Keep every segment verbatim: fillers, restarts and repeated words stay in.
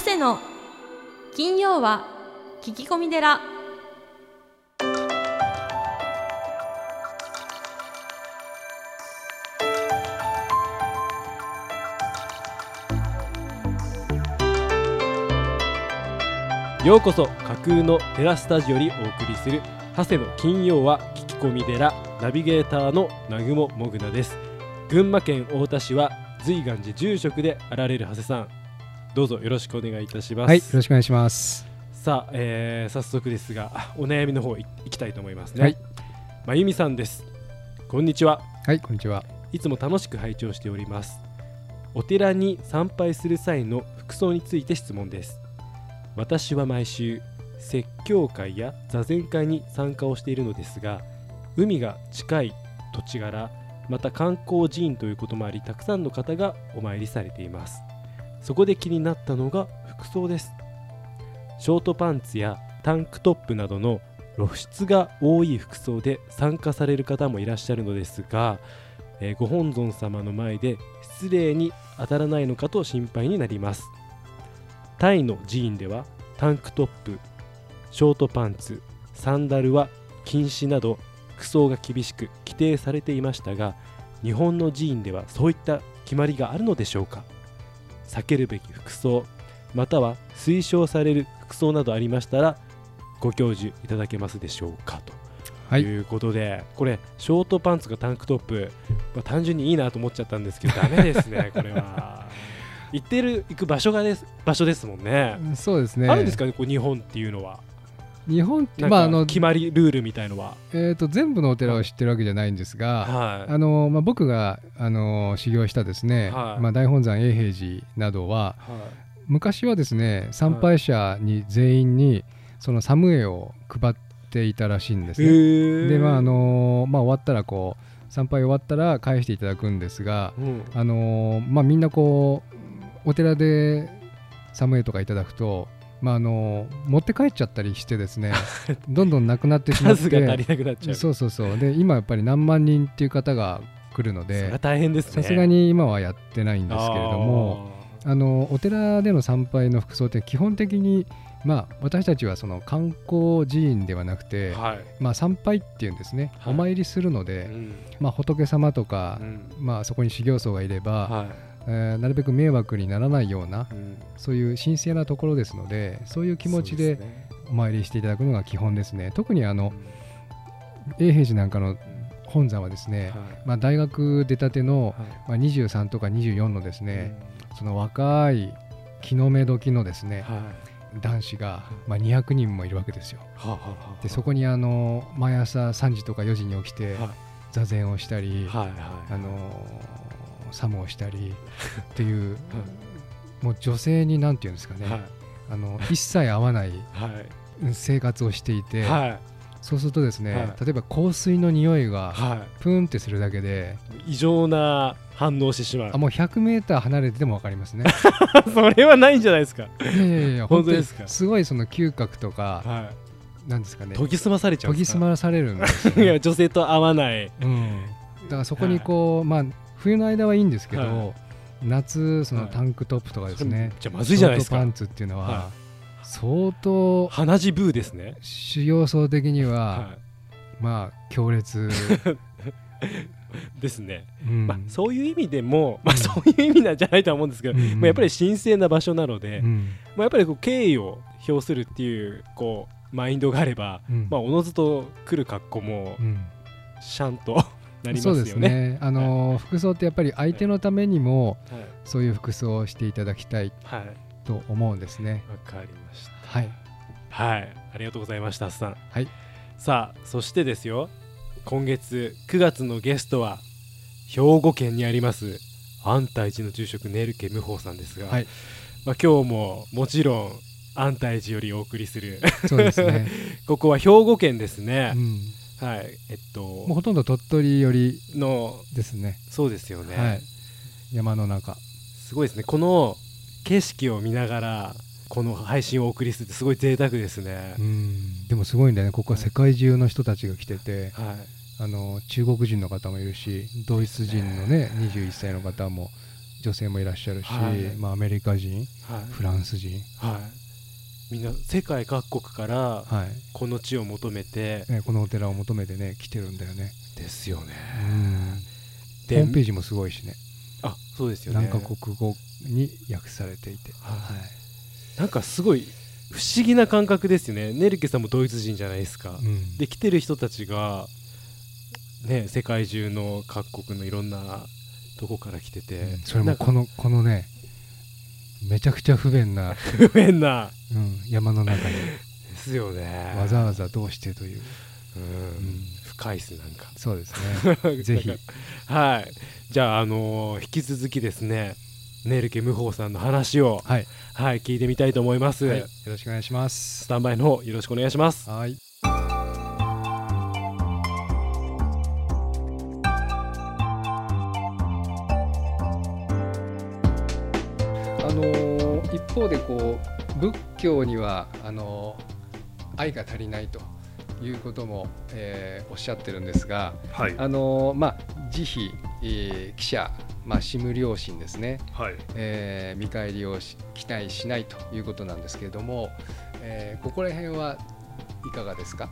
谷の金曜は聞き込み寺。 ようこそ架空のテラスタジオにお送りする長谷の金曜は聞き込み寺、ナビゲーターの南雲もぐなです。群馬県太田市は随願寺住職であられる長谷さん、どうぞよろしくお願いいたします。 はい、よろしくお願いします。 さあ、えー、早速ですがお悩みの方いいきたいと思いますね。 はい、 まゆみさんです。こんにちは。 はい、こんにちは。 いつも楽しく拝聴しております。お寺に参拝する際の服装について質問です。私は毎週説教会や座禅会に参加をしているのですが、海が近い土地柄、また観光寺院ということもあり、たくさんの方がお参りされています。そこで気になったのが服装です。ショートパンツやタンクトップなどの露出が多い服装で参加される方もいらっしゃるのですが、えー、ご本尊様の前で失礼に当たらないのかと心配になります。タイの寺院ではタンクトップ、ショートパンツ、サンダルは禁止など服装が厳しく規定されていましたが、日本の寺院ではそういった決まりがあるのでしょうか。避けるべき服装または推奨される服装などありましたらご教授いただけますでしょうか、とはい、 いうことで、これショートパンツかタンクトップ、まあ、単純にいいなと思っちゃったんですけどダメですねこれは行ってる行く場所がです場所ですもんね。 そうですね。 あるんですかね、こう日本っていうのは。 日本ってなんかまああの決まりルールみたいのは、 えーと全部のお寺を知ってるわけじゃないんですが、 はい、 あのまあ、僕があの修行したですね、 はい、 まあ、大本山永平寺などは、 はい、 昔はですね参拝者に全員にそのサムエを配っていたらしいんですね。でまああのまあ、終わったらこう参拝終わったら返していただくんですが、うん、あのまあ、みんなこうお寺でサムエとかいただくと、まあ、あの持って帰っちゃったりしてですねどんどんなくなってしまって数が足りなくなっちゃう。 そうそうそう。で今やっぱり何万人っていう方が来るので、 それは大変ですね。 さすがに今はやってないんですけれども、あのお寺での参拝の服装って基本的に、まあ、私たちはその観光寺院ではなくて、はい、まあ、参拝っていうんですね、はい、お参りするので、うん、まあ、仏様とか、うん、まあ、そこに修行僧がいれば、はい、えー、なるべく迷惑にならないような、うん、そういう神聖なところですので、そういう気持ちでお参りしていただくのが基本ですね。特にあの、うん、永平寺なんかの本山はですね、はい、まあ、大学出たての、はい、まあ、にじゅうさんとかにじゅうよんのですね、うん、その若い気の目時のですね、はい、男子が、まあ、にひゃくにんもいるわけですよ。はあはあ、でそこにあの毎朝さんじとかよじに起きて、はい、座禅をしたり、はいはい、あの作務をしたりっていう、はい、もう女性になんていうんですかね、はい、あの一切合わない生活をしていて、はい、そうするとですね、はい、例えば香水の匂いがプーンってするだけで、 はい、異常な反応してしまう。 あ、もうひゃくメーター離れてても分かりますねそれはないんじゃないですか。 いやいやいや本当ですか。すごいその嗅覚とか、はい、なんですかね、 研ぎ澄まされちゃうんですか。 研ぎ澄まされるんですよ、ね、 いや女性と合わない、うん、 だからそこにこう、はい、まあ冬の間はいいんですけど、はい、夏そのタンクトップとかですね、はい、 じゃまずいじゃないですか。 ショートパンツっていうのは、はい、相当鼻血ブーですね。 修行僧的には、はい、まあ強烈ですね、うん、まあ、そういう意味でも、まあ、そういう意味なんじゃないとは思うんですけど、うん、まあ、やっぱり神聖な場所なので、うん、まあ、やっぱりこう敬意を表するっていうこうマインドがあれば、うん、まあ、おのずと来る格好もシャンとなりますよね。そうですね、 あのーはい、服装ってやっぱり相手のためにも、はい、そういう服装をしていただきたいと思うんですね。 わかりました。 はい、 はい、ありがとうございました。さん、 はい、 さあそしてですよ、今月くがつのゲストは兵庫県にあります安泰寺の住職ネルケ無法さんですが、はい、まあ、今日ももちろん安泰寺よりお送りするそうですねここは兵庫県ですね、うん、はい、えっともうほとんど鳥取寄りのですね。 そうですよね、 はい、山の中すごいですね。この景色を見ながらこの配信をお送りするってすごい贅沢ですね。 うん、でもすごいんだよね。ここは世界中の人たちが来てて、はい、あの中国人の方もいるし、ドイツ人のねにじゅういっさいの方も女性もいらっしゃるし、 はいまあ、アメリカ人、 はい、 フランス人、 はい、みんな世界各国からこの地を求めて、 はい、このお寺を求めてね来てるんだよね。 ですよね。 うんでホームページもすごいしね。 あ、そうですよね。 何カ国語に訳されていて、 はい、なんかすごい不思議な感覚ですよね。ネルケさんもドイツ人じゃないですか、うん、で来てる人たちが、ね、世界中の各国のいろんなとこから来てて、うん、 それもこのこのねめちゃくちゃ不便な不便な、 うん、山の中にですよね。 わざわざどうしてという、 うんうん、深いっすなんか。 そうですねぜひはい、じゃあ、あのー、引き続きですねネルケ無法さんの話を、はいはい、聞いてみたいと思います、はい、よろしくお願いします。 スタンバイの方よろしくお願いします。 はい。あのー、一方でこう仏教にはあのー、愛が足りないということも、えー、おっしゃってるんですが、はい、あのー、まあ慈悲、えー、喜捨、まあ、志無良心ですね、はい、えー、見返りを期待しないということなんですけれども、えー、ここら辺はいかがですか？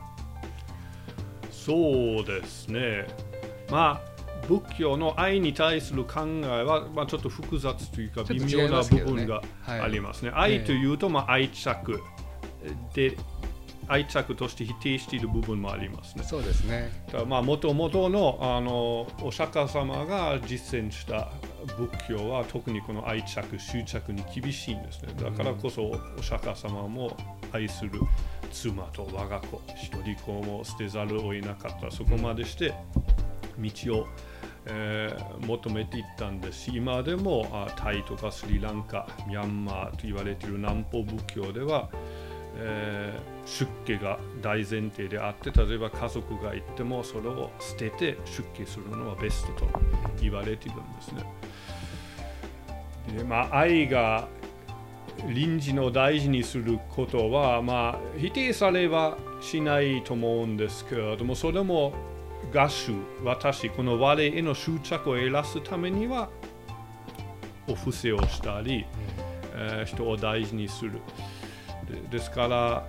そうですね、まあ仏教の愛に対する考えは、まあ、ちょっと複雑というか微妙な部分がありますね。はい、愛というと、まあ、愛着で愛着として否定している部分もありますね。 そうですね。 もともとの、あのお釈迦様が実践した仏教は特にこの愛着執着に厳しいんですね。だからこそお釈迦様も愛する妻と我が子一人子も捨てざるを得なかった。そこまでして道を、えー、求めていったんですし、今でもあタイとかスリランカ、ミャンマーと言われている南方仏教では、えー、出家が大前提であって、例えば家族がいてもそれを捨てて出家するのはベストと言われているんですね。で、まあ、愛が臨時の大事にすることは、まあ、否定されはしないと思うんですけれども、それも我執、私、この我への執着を減らすためにはお布施をしたり、えー、人を大事にする。で、ですから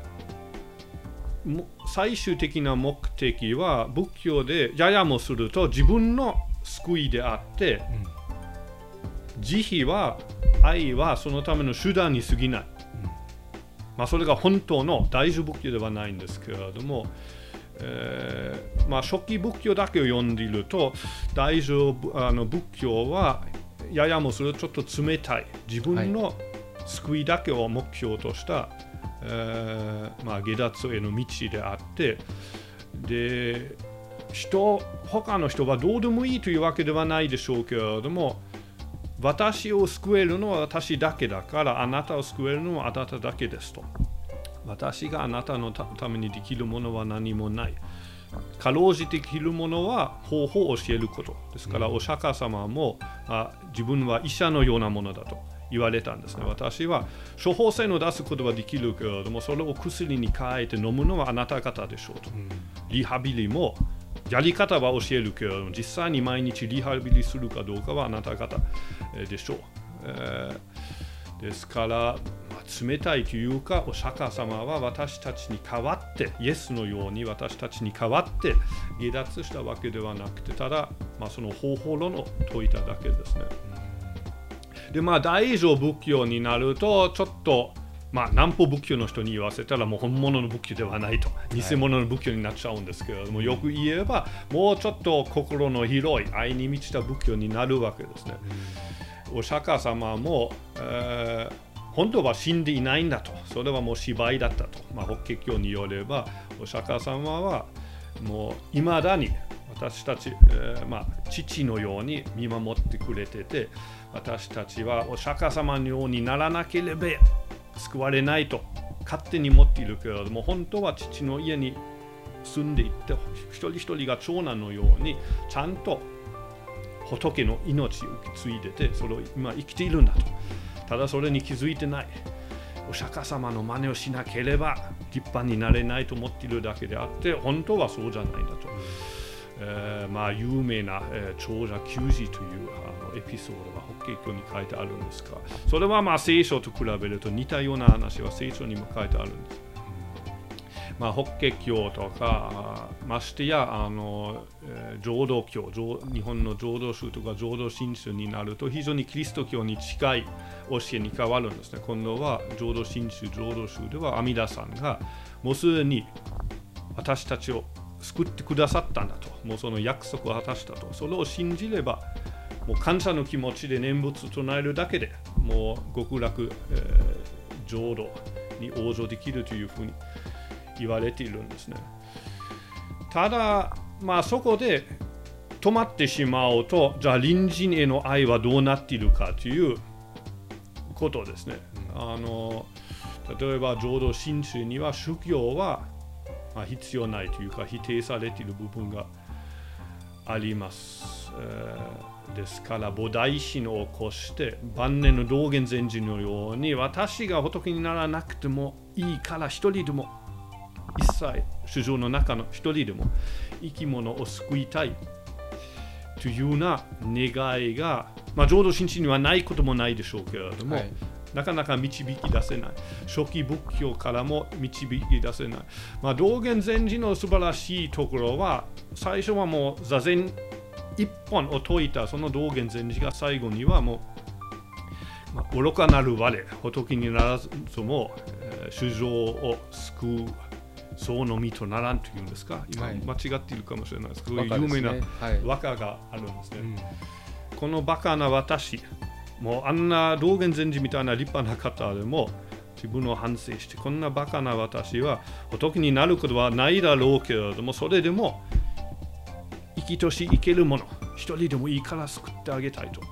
最終的な目的は仏教でややもすると自分の救いであって、うん、慈悲は愛はそのための手段に過ぎない、うん、まあ、それが本当の大乗仏教ではないんですけれども、えーまあ、初期仏教だけを読んでいると大乗あの仏教はややもするとちょっと冷たい、自分の救いだけを目標とした、はい、えーまあ、下脱への道であって、で人他の人はどうでもいいというわけではないでしょうけれども、私を救えるのは私だけだから、あなたを救えるのはあなただけですと。私があなたの た, ためにできるものは何もない。かろうじてできるものは方法を教えることですから、うん、お釈迦様もあ自分は医者のようなものだと言われたんですね。私は処方箋を出すことはできるけれども、それを薬に変えて飲むのはあなた方でしょうと、うん、リハビリもやり方は教えるけれども、実際に毎日リハビリするかどうかはあなた方でしょう、えー、ですから、まあ、冷たいというか、お釈迦様は私たちに代わって、イエスのように私たちに代わって下脱したわけではなくて、ただ、まあ、その方法論を説いただけですね。で、まあ、大乗仏教になるとちょっと、まあ、南方仏教の人に言わせたらもう本物の仏教ではないと、偽物の仏教になっちゃうんですけれども、はい、よく言えばもうちょっと心の広い愛に満ちた仏教になるわけですね。うん、お釈迦様も、えー、本当は死んでいないんだと、それはもう芝居だったと、まあ、法華経によればお釈迦様はもう未だに私たち、えーまあ、父のように見守ってくれてて、私たちはお釈迦様のようにならなければ救われないと勝手に持っているけれども、本当は父の家に住んでいって、一人一人が長男のようにちゃんと仏の命を受け継いでて、それを今生きているんだと。ただそれに気づいてない、お釈迦様の真似をしなければ立派になれないと思っているだけであって、本当はそうじゃないんだと。ええー、まあ有名な、えー、長者給仕というあのエピソードが法華経に書いてあるんですが、それはまあ聖書と比べると似たような話は聖書にも書いてあるんです。まあ、法華経とか、ましてやあの、えー、浄土教、日本の浄土宗とか浄土真宗になると非常にキリスト教に近い教えに変わるんですね。今度は浄土真宗、浄土宗では阿弥陀さんがもうすでに私たちを救ってくださったんだと、もうその約束を果たしたと、それを信じればもう感謝の気持ちで念仏唱えるだけでもう極楽、えー、浄土に往生できるというふうに言われているんですね。ただ、まあ、そこで止まってしまうと、じゃあ隣人への愛はどうなっているかということですね。あの例えば浄土真宗には宗教は、まあ、必要ないというか否定されている部分があります。えー、ですから菩提心を起こして晩年の道元禅師のように私が仏にならなくてもいいから一人でも一切衆生の中の一人でも生き物を救いたいというような願いが、まあ、浄土真宗にはないこともないでしょうけれども、はい、なかなか導き出せない。初期仏教からも導き出せない。まあ、道元禅師の素晴らしいところは、最初はもう座禅一本を説いたその道元禅師が最後にはもう、まあ、愚かなる我、仏にならずも、えー、衆生を救うそうのみとならんというんですか、今間違っているかもしれないですけど、はい、有名な和歌があるんですね。はい、このバカな私、もうあんな道元禅師みたいな立派な方でも自分を反省して、こんなバカな私は仏になることはないだろうけれども、それでも生きとし生けるもの一人でもいいから救ってあげたいと。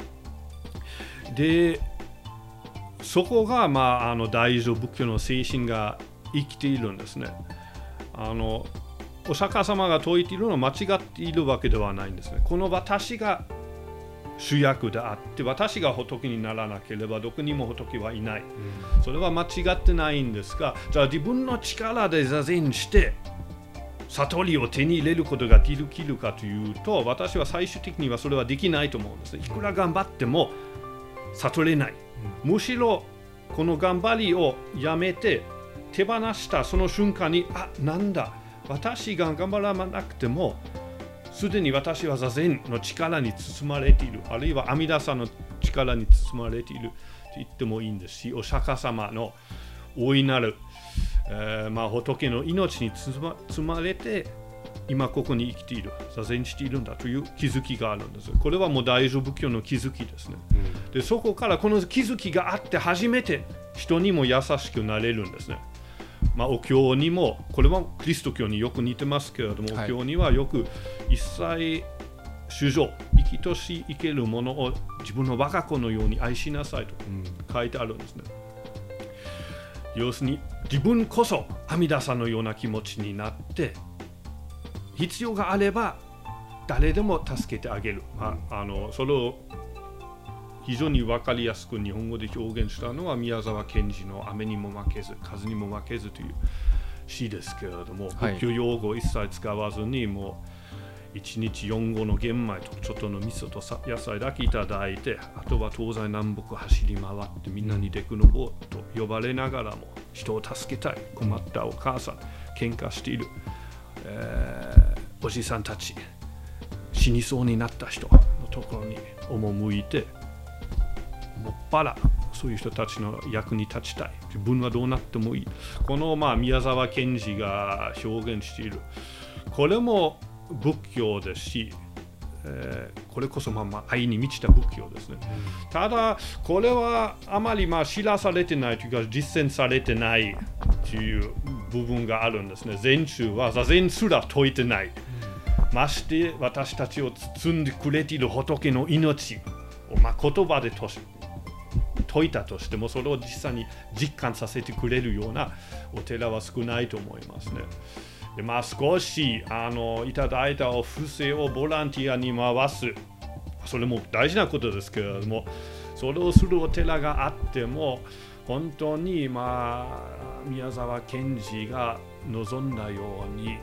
で、そこが、まあ、あの大乗仏教の精神が生きているんですね。あのお釈迦様が説いているのは間違っているわけではないんですね。この私が主役であって、私が仏にならなければどこにも仏はいない、うん、それは間違ってないんですが、じゃあ自分の力で座禅して悟りを手に入れることができるかというと、私は最終的にはそれはできないと思うんですね。いくら頑張っても悟れない、うん、むしろこの頑張りをやめて手放したその瞬間に、あ、なんだ、私が頑張らなくてもすでに私は座禅の力に包まれている、あるいは阿弥陀さんの力に包まれていると言ってもいいんですし、お釈迦様の大いなる、えーまあ、仏の命に包 ま, 包まれて今ここに生きている、座禅しているんだという気づきがあるんです。これはもう大乗仏教の気づきですね。うん、でそこからこの気づきがあって初めて人にも優しくなれるんですね。まあ、お経にも、これはキリスト教によく似てますけれども、はい、お経にはよく一切衆生、生きとし生けるものを自分の我が子のように愛しなさいと書いてあるんですね。うん、要するに自分こそ阿弥陀さんのような気持ちになって、必要があれば誰でも助けてあげる。まあ、あのそれを非常に分かりやすく日本語で表現したのは宮沢賢治の雨にも負けず風にも負けずという詩ですけれども、はい、仏教用語を一切使わずにもういちにちよん合の玄米とちょっとの味噌と野菜だけいただいて、あとは東西南北走り回ってみんなにデクノボーと呼ばれながらも人を助けたい、困ったお母さん、喧嘩している、えー、おじさんたち、死にそうになった人のところに赴いて、もっぱらそういう人たちの役に立ちたい、自分はどうなってもいい、このまあ宮沢賢治が表現している、これも仏教ですし、えー、これこそまあまあ愛に満ちた仏教ですね。うん、ただこれはあまりまあ知らされてないというか実践されてないという部分があるんですね。禅宗は座禅すら説いてない。うん、まして私たちを包んでくれている仏の命をまあ言葉でとし説いたとしても、それを実際に実感させてくれるようなお寺は少ないと思いますね。でまあ、少しあのいただいたお布施をボランティアに回す、それも大事なことですけれども、それをするお寺があっても本当にまあ宮沢賢治が望んだように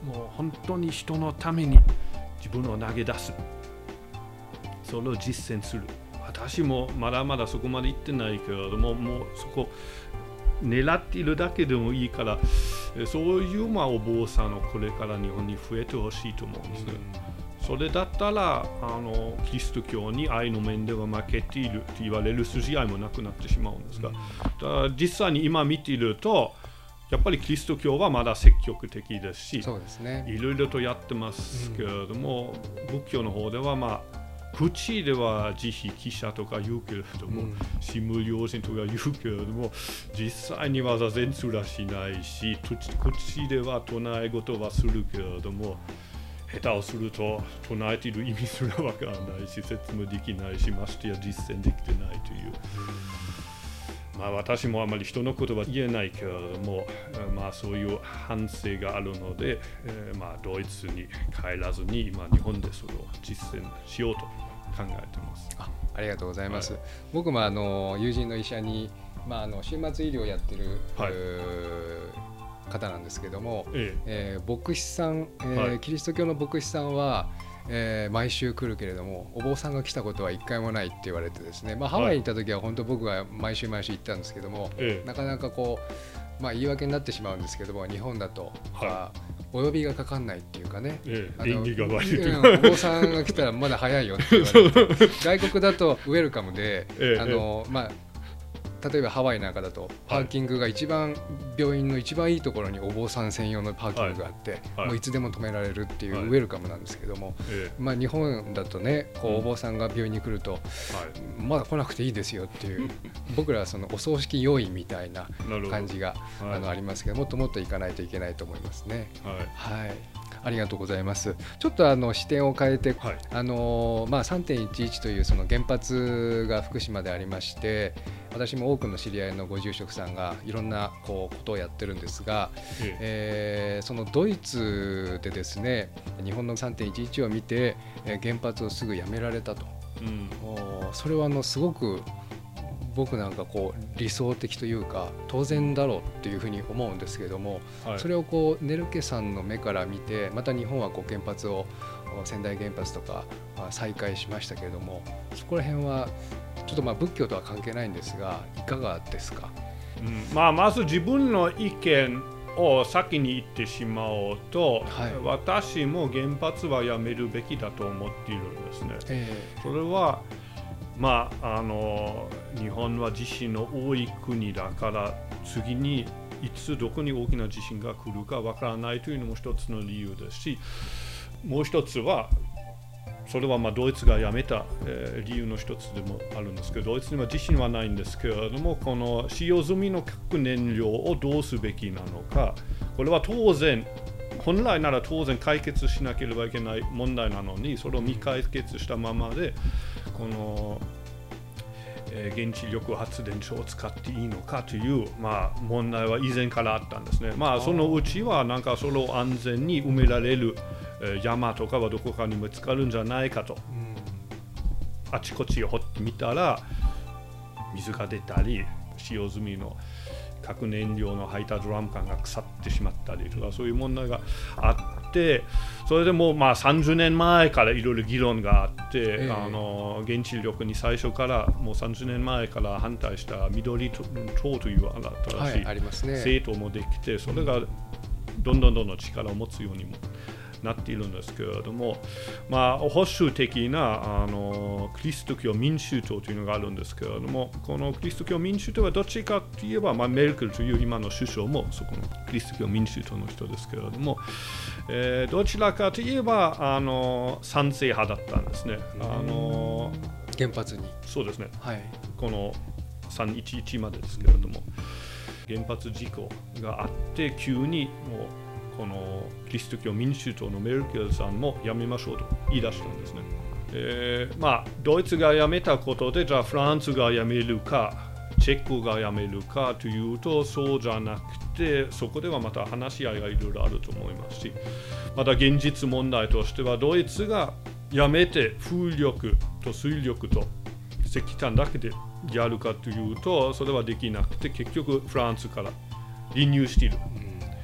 もう本当に人のために自分を投げ出す、それを実践する。私もまだまだそこまで行ってないけれども、もうそこ狙っているだけでもいいから、そういうまあお坊さんをこれから日本に増えてほしいと思うんですね。それだったらあのキリスト教に愛の面では負けていると言われる筋合いもなくなってしまうんですが、だから実際に今見ているとやっぱりキリスト教はまだ積極的ですし、 そうですね、 いろいろとやってますけれども、うん、仏教の方ではまあ口では慈悲、喜捨とか言うけれども、死無良心とか言うけれども、実際には座禅すらしないし、口では唱え事はするけれども、下手をすると唱えている意味すらわからないし、説明できないし、ましてや実践できてないという。まあ私もあまり人のことは言えないけれども、まあそういう反省があるので、えー、まあドイツに帰らずに今日本でそれを実践しようと考えてます。 あ、ありがとうございます。 はい、 僕もあの友人の医者に、まあ、あの終末医療をやってる、はい、方なんですけども、えええー、牧師さん、えーはい、キリスト教の牧師さんはえー、毎週来るけれどもお坊さんが来たことは一回もないって言われてですね、まあ、ハワイに行った時は本当僕は毎週毎週行ったんですけども、はい、なかなかこう、まあ、言い訳になってしまうんですけども、日本だと、はい、お呼びがかかんないっていうかね、 ええ、縁起が悪いというお坊さんが来たらまだ早いよって言われて外国だとウェルカムで、ええ、あのまあ例えばハワイなんかだとパーキングが一番、はい、病院の一番いいところにお坊さん専用のパーキングがあって、はい、もういつでも止められるっていうウェルカムなんですけども、はいまあ、日本だとねこうお坊さんが病院に来ると、うん、まだ来なくていいですよっていう僕らはそのお葬式用意みたいな感じが、はい、あのありますけど、もっともっと行かないといけないと思いますね。はい、はい、ありがとうございます。ちょっとあの視点を変えて、はい、あのまあ、さんてんいちいち というその原発が福島でありまして、私も多くの知り合いのご住職さんがいろんなこうことをやってるんですが、ええー、そのドイツでですね日本の さんてんいちいち を見て原発をすぐやめられたと、うん、それはあのすごく僕なんかこう理想的というか当然だろうっていうふうに思うんですけども、はい、それをこうネルケさんの目から見て、また日本はこう原発を仙台原発とか再開しましたけれども、そこら辺はちょっとまあ仏教とは関係ないんですがいかがですか？ うん、まあ、まず自分の意見を先に言ってしまおうと、はい、私も原発はやめるべきだと思っているんですね。えー、それはまあ、あの日本は地震の多い国だから次にいつどこに大きな地震が来るかわからないというのも一つの理由ですし、もう一つはそれはまあドイツがやめた、えー、理由の一つでもあるんですけど、ドイツには地震はないんですけれども、この使用済みの核燃料をどうすべきなのか、これは当然本来なら当然解決しなければいけない問題なのに、それを未解決したままでこの、えー、原子力発電所を使っていいのかという、まあ、問題は以前からあったんですね。まあ、そのうちはなんかそれを安全に埋められる、えー、山とかはどこかに見つかるんじゃないかと、うん、あちこちを掘ってみたら水が出たり、使用済みの核燃料の入ったドラム缶が腐ってしまったりとか、そういう問題があって、それでもうまあさんじゅうねんまえからいろいろ議論があって、えー、あの原子力に最初からもうさんじゅうねんまえから反対した緑党という新しい政党もできて、それがどんどんどんどん力を持つようにもなっているんですけれども、まあ、保守的なあのキリスト教民主党というのがあるんですけれども、このキリスト教民主党はどっちかといえば、まあ、メルケルという今の首相もそこのキリスト教民主党の人ですけれども、えー、どちらかといえばあの賛成派だったんですね。あの原発に。 そうですね、 はい、 このさんいちいちまでですけれども、原発事故があって急にもうこのキリスト教民主党のメルケルさんもやめましょうと言い出したんですね。えー、まあドイツがやめたことで、じゃあフランスがやめるかチェコがやめるかというとそうじゃなくて、そこではまた話し合いがいろいろあると思いますし、また現実問題としてはドイツがやめて風力と水力と石炭だけでやるかというとそれはできなくて、結局フランスから離入している。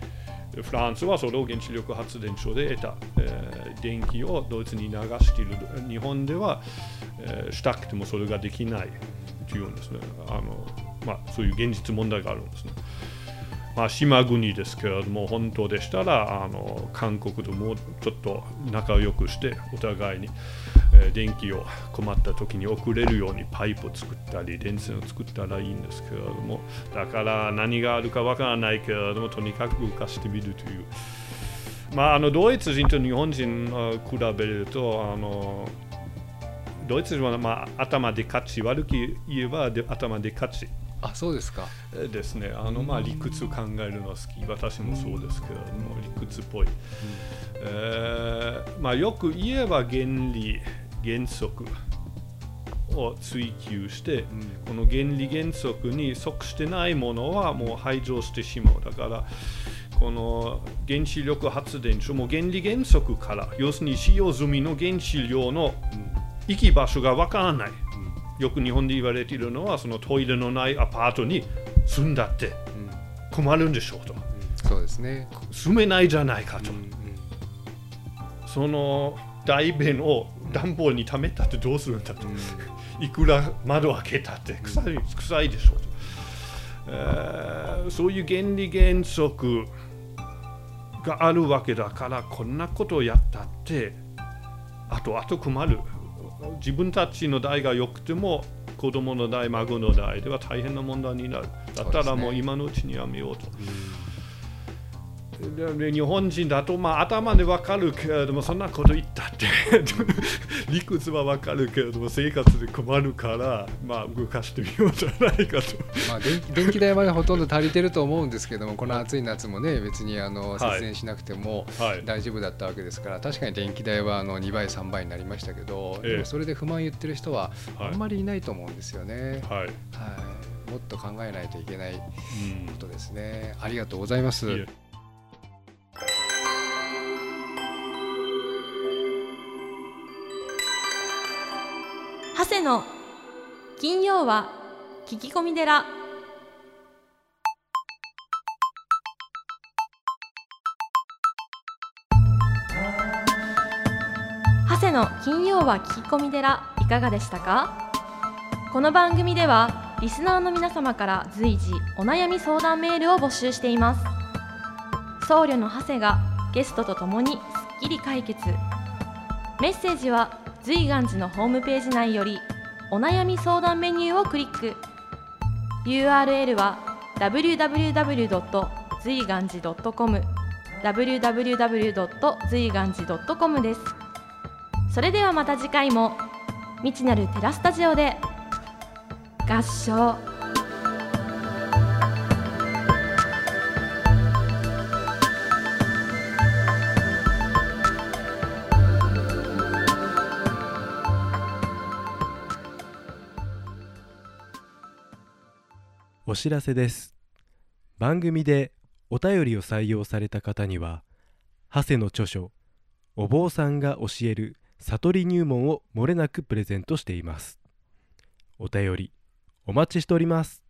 フランスはそれを原子力発電所で得た、えー、電気をドイツに流している。日本では、えー、したくてもそれができないというんですね。あの、まあ、そういう現実問題があるんですね。まあ、島国ですけれども、本当でしたらあの韓国ともちょっと仲良くしてお互いに、えー、電気を困った時に送れるようにパイプを作ったり電線を作ったらいいんですけれども、だから何があるかわからないけれどもとにかく動かしてみるという、まあ、あのドイツ人と日本人を比べるとあのドイツ人は、まあ、頭で勝ち、悪く言えばで頭で勝ち。 あ、そうですか。 ですね。あのまあ理屈考えるのは好き。私もそうですけれども、理屈っぽい。うんえーまあ、よく言えば原理原則を追求して、うん、この原理原則に即してないものはもう排除してしまう。だからこの原子力発電所も原理原則から、要するに使用済みの原子量の行き場所がわからない。よく日本で言われているのは、そのトイレのないアパートに住んだって困るんでしょうと、うん、 そうですね、 住めないじゃないかと、うんうん、その大便を段ボールに溜めたってどうするんだと、うん、いくら窓開けたって臭い、臭いでしょうと、えー、そういう原理原則があるわけだから、こんなことをやったってあとあと困る。自分たちの代が良くても子供の代、孫の代では大変な問題になる。だったらもう今のうちにやめようと。で日本人だと、まあ、頭で分かるけれども、そんなこと言ったって理屈は分かるけれども生活で困るから、まあ、動かしてみようじゃないかとまあ電気、電気代はほとんど足りてると思うんですけども、この暑い夏もね別にあの節電しなくても大丈夫だったわけですから、はい、確かに電気代はあのにばいさんばいになりましたけど、ええ、でもそれで不満言ってる人はあんまりいないと思うんですよね、はいはい、もっと考えないといけないことですね、うん、ありがとうございます。いえ長谷の金曜は聞き込み寺。長谷の金曜は聞き込み寺、いかがでしたか？この番組ではリスナーの皆様から随時お悩み相談メールを募集しています。僧侶の長谷がゲストとともにすっきり解決。メッセージは随願寺のホームページ内よりお悩み相談メニューをクリック。 ユーアールエル は ダブリューダブリューダブリュードットずいがんじドットコム ダブリューダブリューダブリュードットずいがんじドットコム です。それではまた次回も未知なるテラスタジオで合唱。 お知らせです。番組でお便りを採用された方には、長谷の著書お坊さんが教える悟り入門をもれなくプレゼントしています。お便りお待ちしております。